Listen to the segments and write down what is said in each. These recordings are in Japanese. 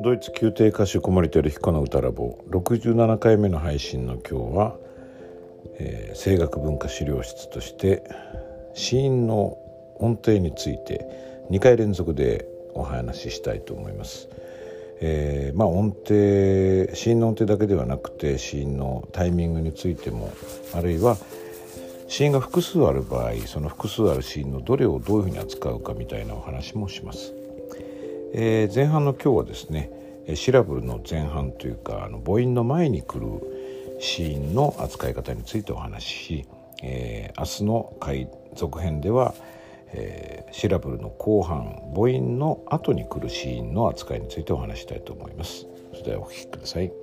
ドイツ宮廷歌手コモリテルヒコの歌ラボ67回目の配信の今日は、声楽文化資料室として子音の音程について2回連続でお話ししたいと思います。音程、子音の音程だけではなくて子音のタイミングについても、あるいは子音が複数ある場合、その複数ある子音のどれをどういうふうに扱うかみたいなお話もします。前半の今日はですね、シラブルの前半というか母音の前に来る子音の扱い方についてお話しし、明日の続編では、シラブルの後半、母音の後に来る子音の扱いについてお話したいと思います。それではお聞きください。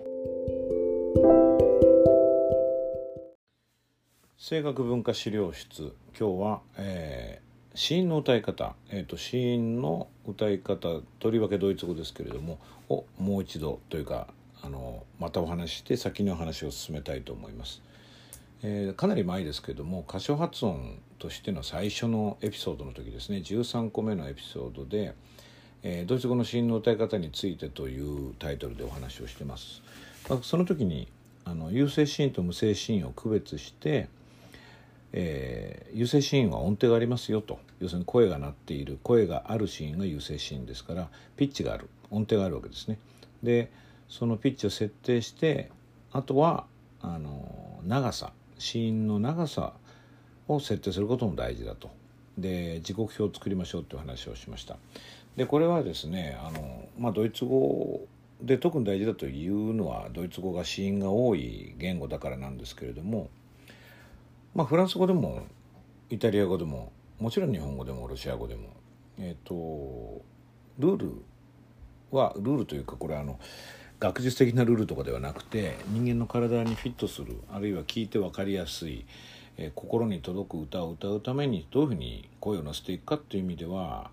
声楽文化資料室、今日は、子音の歌い方、子音の歌い方、とりわけドイツ語ですけれどもをもう一度というかまたお話しして先にお話を進めたいと思います。かなり前ですけれども、歌唱発音としての最初のエピソードの時ですね、13個目のエピソードで、ドイツ語の子音の歌い方についてというタイトルでお話をしています。その時に有声子音と無声子音を区別して、有声子音は音程がありますよと、要するに声が鳴っている、声がある子音が有声子音ですから、ピッチがある、音程があるわけですね。でそのピッチを設定して、あとは長さ、子音の長さを設定することも大事だと。で時刻表を作りましょうという話をしました。でこれはですねドイツ語で特に大事だというのは、ドイツ語が子音が多い言語だからなんですけれども、フランス語でもイタリア語でももちろん日本語でもロシア語でも、ルールというか、これは学術的なルールとかではなくて、人間の体にフィットする、あるいは聞いて分かりやすい、心に届く歌を歌うためにどういうふうに声を乗せていくかという意味では、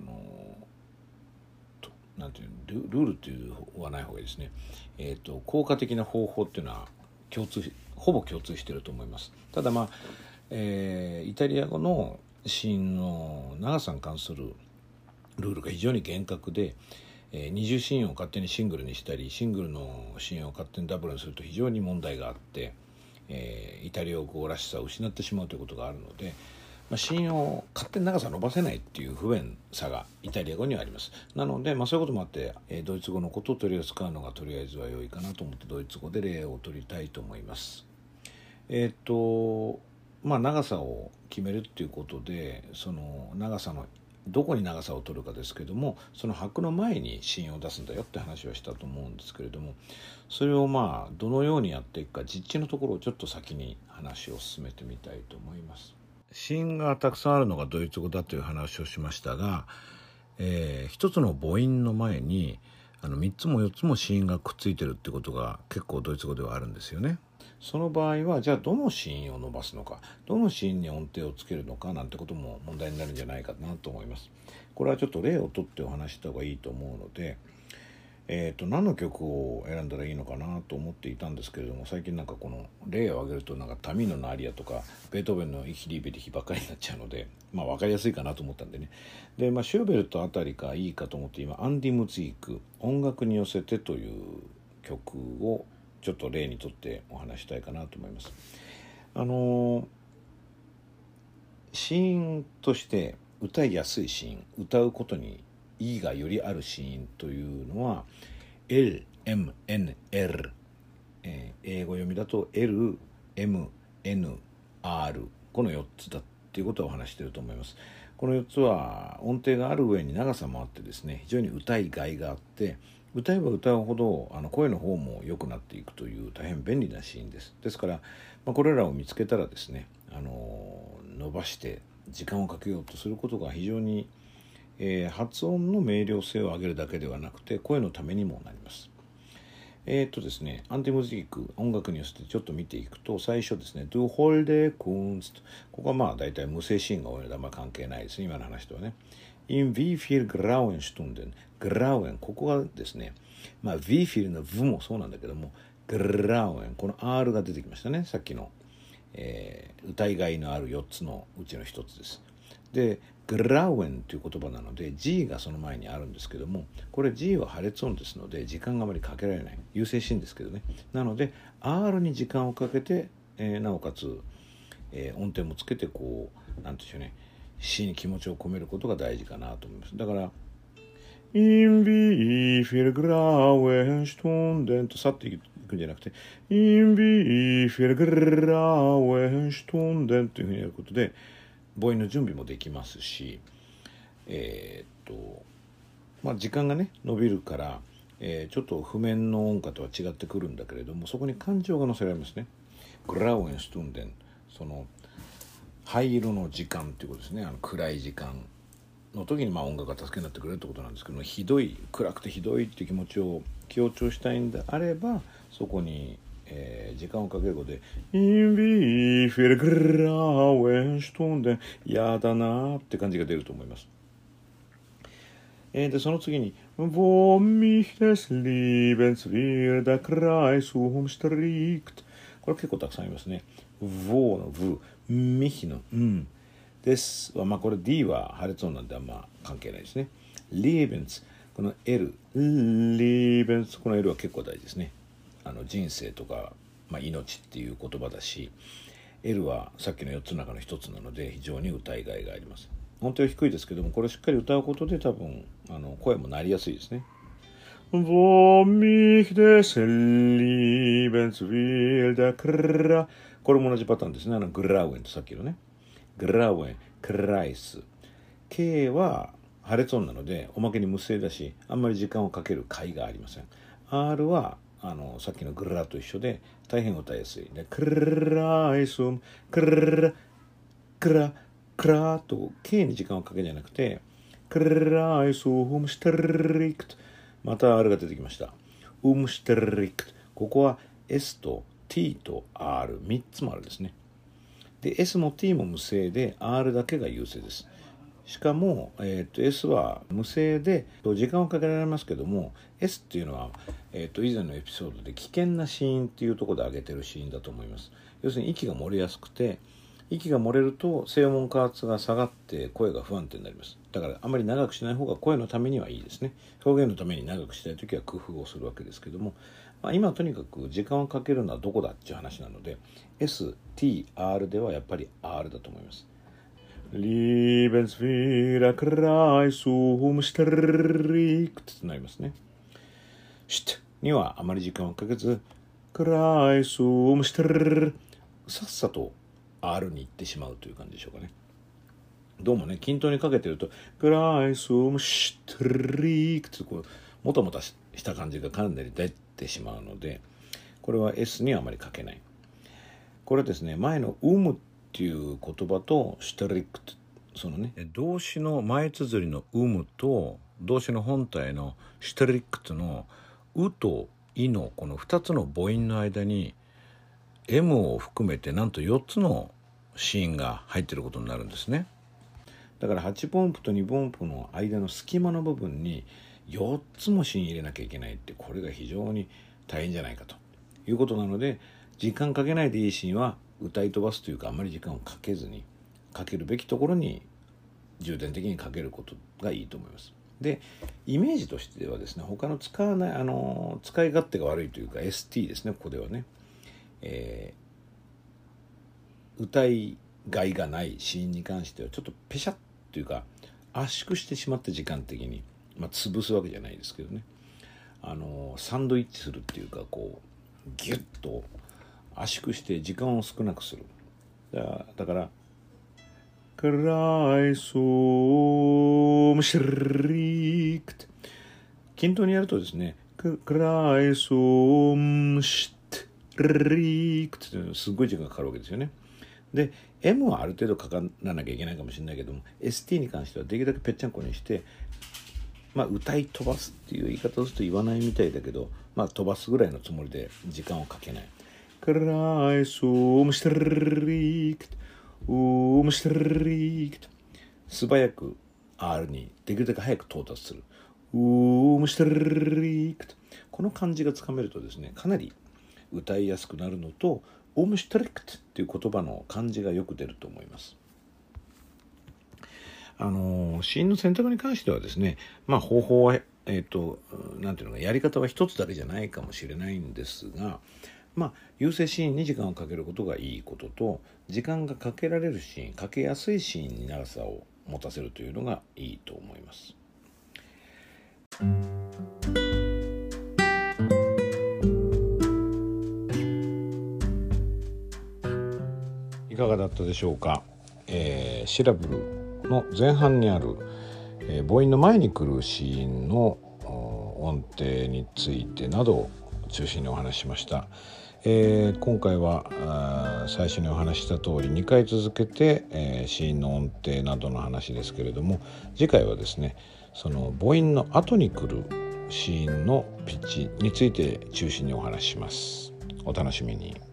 なんていうルールっていうのはない方がいいですね。効果的な方法っていうのはほぼ共通していると思います。ただイタリア語の子音の長さに関するルールが非常に厳格で、二重子音を勝手にシングルにしたり、シングルの子音を勝手にダブルにすると非常に問題があって、イタリア語らしさを失ってしまうということがあるので、子音を勝手に長さを伸ばせないっていう不便さがイタリア語にはあります。なので、そういうこともあって、ドイツ語のことを取り扱うのがとりあえずは良いかなと思って、ドイツ語で例を取りたいと思います。長さを決めるっていうことで、その長さのどこに長さを取るかですけども、その拍の前に子音を出すんだよって話をしたと思うんですけれども、それをどのようにやっていくか、実地のところをちょっと先に話を進めてみたいと思います。子音がたくさんあるのがドイツ語だという話をしましたが、一つの母音の前に3つも4つも子音がくっついてるってことが結構ドイツ語ではあるんですよね。その場合は、じゃあどの子音を伸ばすのか、どの子音に音程をつけるのかなんてことも問題になるんじゃないかなと思います。これはちょっと例をとってお話した方がいいと思うので、何の曲を選んだらいいのかなと思っていたんですけれども、最近この例を挙げるとタミーノのアリアとかベートーベンのイヒリーベリヒばっかりになっちゃうので、分かりやすいかなと思ったんでね。で、シューベルトあたりがいいかと思って、今アンディ・ムツィーク、音楽に寄せてという曲をちょっと例にとってお話したいかなと思います。子音として歌いやすい子音、歌うことに意義がよりある子音というのは L、M、N、L、英語読みだと L、M、N、R、この4つだっていうことをお話していると思います。この4つは音程がある上に長さもあってですね、非常に歌いがいがあって、歌えば歌うほど声の方も良くなっていくという大変便利なシーンです。ですから、これらを見つけたらですね、伸ばして時間をかけようとすることが非常に、発音の明瞭性を上げるだけではなくて声のためにもなります。ですね、アンティムズィーク、音楽に寄せてちょっと見ていくと、最初ですね、Du holde Kunst、ここは大体無声シーンが多いので関係ないですね、今の話とはね。In wie viel grauen Stunden、grauen、ここがですね、wie viel の V もそうなんだけども、grauen、この R が出てきましたね、さっきの、歌いがいのある4つのうちの1つです。で、 グラウエンという言葉なので G がその前にあるんですけども、これ G は破裂音ですので時間があまりかけられない、優勢シーンですけどね。なので R に時間をかけて、なおかつ、音程もつけてこうなんていうんでしょうね、詩に気持ちを込めることが大事かなと思います。だからIn wie viel grauen Stunden と去っていくんじゃなくて In wie viel grauen Stunden というふうにやることで母音の準備もできますし、時間がね伸びるから、ちょっと譜面の音歌とは違ってくるんだけれども、そこに感情が乗せられますね。グラウエンストゥンデン、その灰色の時間ということですね。暗い時間の時に音楽が助けになってくれるってことなんですけども、暗くてひどいっていう気持ちを強調したいんであれば、そこに、時間をかけることでIn wie viel grauen Stunden やだなって感じが出ると思います。でその次に Wo mich des Lebens will der Kreis umstrickt、 これ結構たくさんありますね。 Wo の V、 mich のですは、これ D は破裂音なんであんま関係ないですね。 Lebens、 この L、 Lebens、 この L は結構大事ですね。人生とか、命っていう言葉だし、 L はさっきの4つの中の1つなので非常に歌いがいがあります。音程は低いですけども、これをしっかり歌うことで多分声も鳴りやすいですね。Wo mich des Lebens will der Kreis、 これも同じパターンですね。グラウエンとさっきのね、グラウエン、クライス、 K は破裂音なのでおまけに無声だし、あんまり時間をかける甲斐がありません。 R はさっきのグラと一緒で大変歌いやすいで、クライスム、クラクラクラと K に時間をかけるんじゃなくて、クライスムステリクト、また R が出てきました。ステリクト、ここは S と T と R3 つもあるんですね。で S も T も無声で R だけが優勢です。しかも、S は無声で時間をかけられますけども、 S っていうのは、以前のエピソードで危険なシーンっていうところで挙げてるシーンだと思います。要するに息が漏れやすくて、息が漏れると声紋加圧が下がって声が不安定になります。だからあまり長くしない方が声のためにはいいですね。表現のために長くしたいときは工夫をするわけですけども、今はとにかく時間をかけるのはどこだっていう話なので S、T、R ではやっぱり R だと思います。Lebenswiller Kreis umstrickt となりますね。St にはあまり時間をかけず Kreis umstrickt、 さっさと R に行ってしまうという感じでしょうかね。どうもね、均等にかけてると Kreis umstrickt こうもたもたした感じがかなり出てしまうので、これは S にはあまりかけない。これですね、前のっていう言葉とシュタリックト、そのね動詞の前綴りのと動詞の本体のシュタリックトのといのこの2つの母音の間に M を含めてなんと4つの子音が入っていることになるんですね。だから8分音符と2分音符の間の隙間の部分に4つも子音入れなきゃいけないって、これが非常に大変じゃないかということなので、時間かけないでいいシーンは歌い飛ばすというか、あまり時間をかけずにかけるべきところに重点的にかけることがいいと思います。でイメージとしてはですね、他の使わない使い勝手が悪いというか ST ですね、ここではね、歌いがいがないシーンに関してはちょっとペシャッというか圧縮してしまって時間的に、潰すわけじゃないですけどね、サンドイッチするっていうか、こうギュッと圧縮して時間を少なくする。だからクライソムシリクト、均等にやるとですね、クライソムシリクトってすごい時間がかかるわけですよね。で M はある程度かからなきゃいけないかもしれないけども、 ST に関してはできるだけぺっちゃんこにして、歌い飛ばすっていう言い方をすると言わないみたいだけど、飛ばすぐらいのつもりで時間をかけない。Kreis umstrickt umstrickt、 素早く R にできるだけ早く到達する。umstrickt、 この漢字がつかめるとですね、かなり歌いやすくなるのと、umstricktっていう言葉の漢字がよく出ると思います。 子音の選択に関してはですね、方法はなんていうのか、やり方は一つだけじゃないかもしれないんですが、優勢シーンに時間をかけることがいいことと、時間がかけられるシーン、かけやすいシーンに長さを持たせるというのがいいと思います。いかがだったでしょうか。シラブルの前半にある、母音の前に来る子音の音程についてなどを中心にお話ししました。今回は最初にお話しした通り2回続けて、子音の音程などの話ですけれども、次回はですね、その母音の後に来る子音のピッチについて中心にお話しします。お楽しみに。